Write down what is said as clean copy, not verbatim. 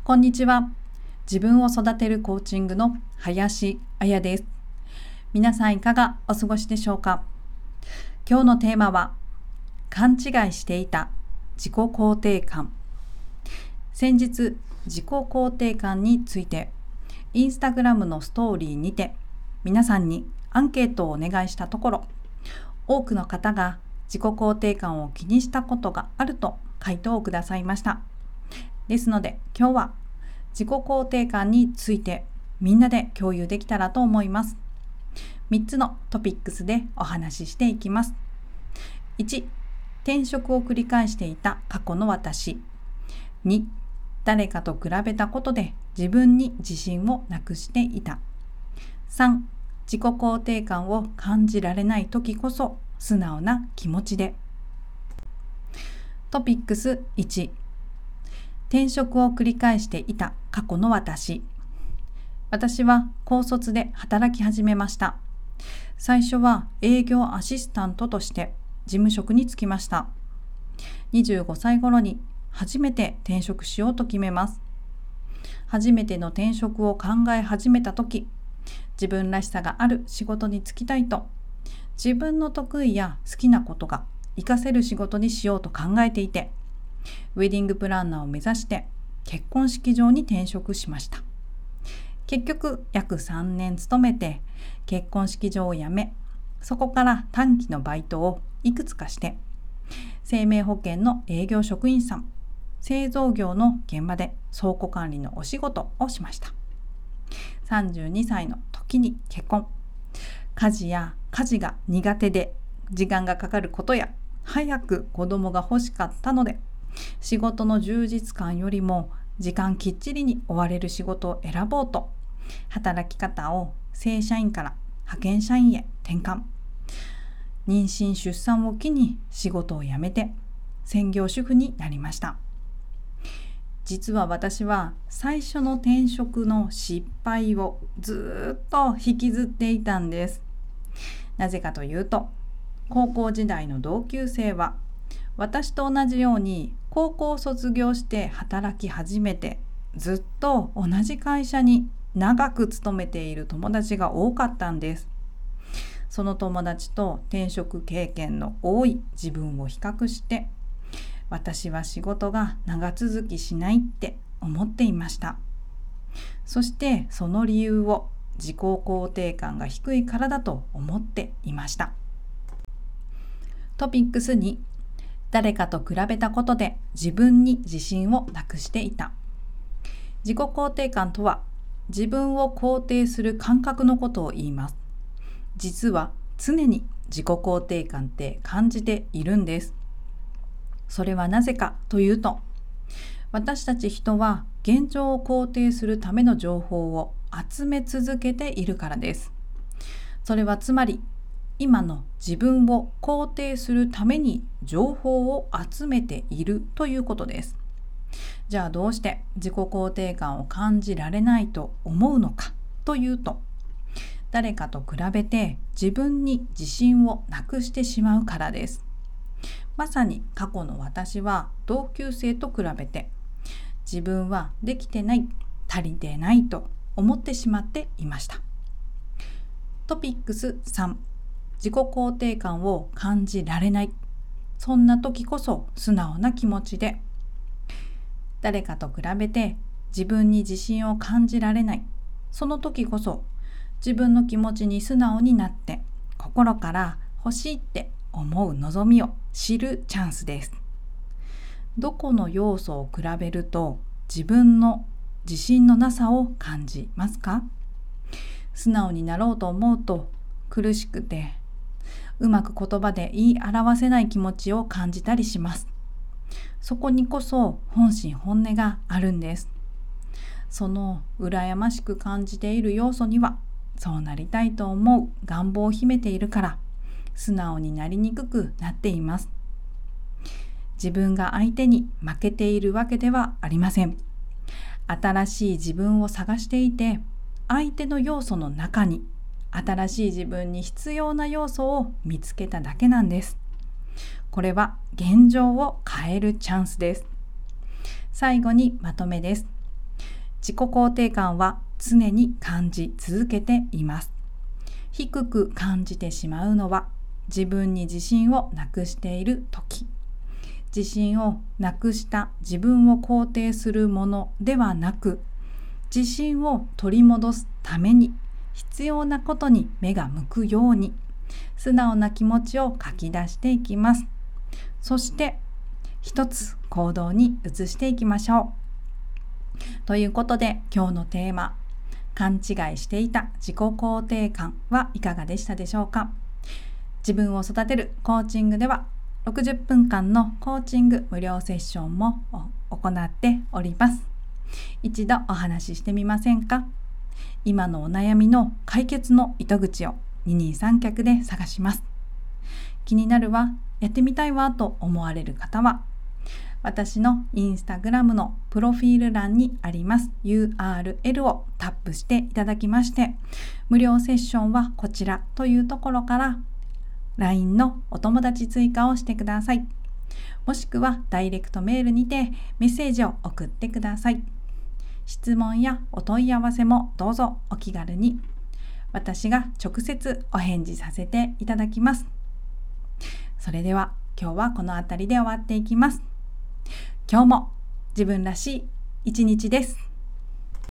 こんにちは。自分を育てるコーチングの林彩です。皆さんいかがお過ごしでしょうか。今日のテーマは、勘違いしていた自己肯定感。先日、自己肯定感について、インスタグラムのストーリーにて、皆さんにアンケートをお願いしたところ、多くの方が自己肯定感を気にしたことがあると回答をくださいました。ですので今日は自己肯定感についてみんなで共有できたらと思います。3つのトピックスでお話ししていきます。1、転職を繰り返していた過去の私。2、誰かと比べたことで自分に自信をなくしていた。3、自己肯定感を感じられない時こそ素直な気持ちで。トピックス1、転職を繰り返していた過去の私。私は高卒で働き始めました。最初は営業アシスタントとして事務職に就きました。25歳頃に初めて転職しようと決めます。初めての転職を考え始めた時、自分らしさがある仕事に就きたいと、自分の得意や好きなことが活かせる仕事にしようと考えていて、ウェディングプランナーを目指して結婚式場に転職しました。結局約3年勤めて結婚式場を辞め、そこから短期のバイトをいくつかして、生命保険の営業職員さん、製造業の現場で倉庫管理のお仕事をしました。32歳の時に結婚。家事が苦手で時間がかかることや、早く子供が欲しかったので、仕事の充実感よりも時間きっちりに追われる仕事を選ぼうと、働き方を正社員から派遣社員へ転換。妊娠出産を機に仕事を辞めて専業主婦になりました。実は私は最初の転職の失敗をずっと引きずっていたんです。なぜかというと、高校時代の同級生は私と同じように高校を卒業して働き始めて、ずっと同じ会社に長く勤めている友達が多かったんです。その友達と転職経験の多い自分を比較して、私は仕事が長続きしないって思っていました。そしてその理由を自己肯定感が低いからだと思っていました。トピックス2、誰かと比べたことで自分に自信をなくしていた。自己肯定感とは、自分を肯定する感覚のことを言います。実は常に自己肯定感って感じているんです。それはなぜかというと、私たち人は現状を肯定するための情報を集め続けているからです。それはつまり、今の自分を肯定するために情報を集めているということです。じゃあどうして自己肯定感を感じられないと思うのかというと、誰かと比べて自分に自信をなくしてしまうからです。まさに過去の私は同級生と比べて、自分はできてない、足りてないと思ってしまっていました。トピックス3、自己肯定感を感じられない。そんな時こそ素直な気持ちで。誰かと比べて自分に自信を感じられない。その時こそ自分の気持ちに素直になって、心から欲しいって思う望みを知るチャンスです。どこの要素を比べると自分の自信のなさを感じますか？素直になろうと思うと苦しくて、うまく言葉で言い表せない気持ちを感じたりします。そこにこそ本心本音があるんです。その羨ましく感じている要素には、そうなりたいと思う願望を秘めているから、素直になりにくくなっています。自分が相手に負けているわけではありません。新しい自分を探していて、相手の要素の中に新しい自分に必要な要素を見つけただけなんです。これは現状を変えるチャンスです。最後にまとめです。 自己肯定感は常に感じ続けています。低く感じてしまうのは自分に自信をなくしている時。自信をなくした自分を肯定するものではなく、自信を取り戻すために必要なことに目が向くように、素直な気持ちを書き出していきます。そして一つ行動に移していきましょう。ということで今日のテーマ、勘違いしていた自己肯定感はいかがでしたでしょうか。自分を育てるコーチングでは60分間のコーチング無料セッションも行っております。一度お話ししてみませんか。今のお悩みの解決の糸口を二人三脚で探します。気になるわ、やってみたいわと思われる方は、私のインスタグラムのプロフィール欄にあります URL をタップしていただきまして、無料セッションはこちらというところから LINE のお友達追加をしてください。もしくはダイレクトメールにてメッセージを送ってください。質問やお問い合わせもどうぞお気軽に。私が直接お返事させていただきます。それでは今日はこの辺りで終わっていきます。今日も自分らしい一日です。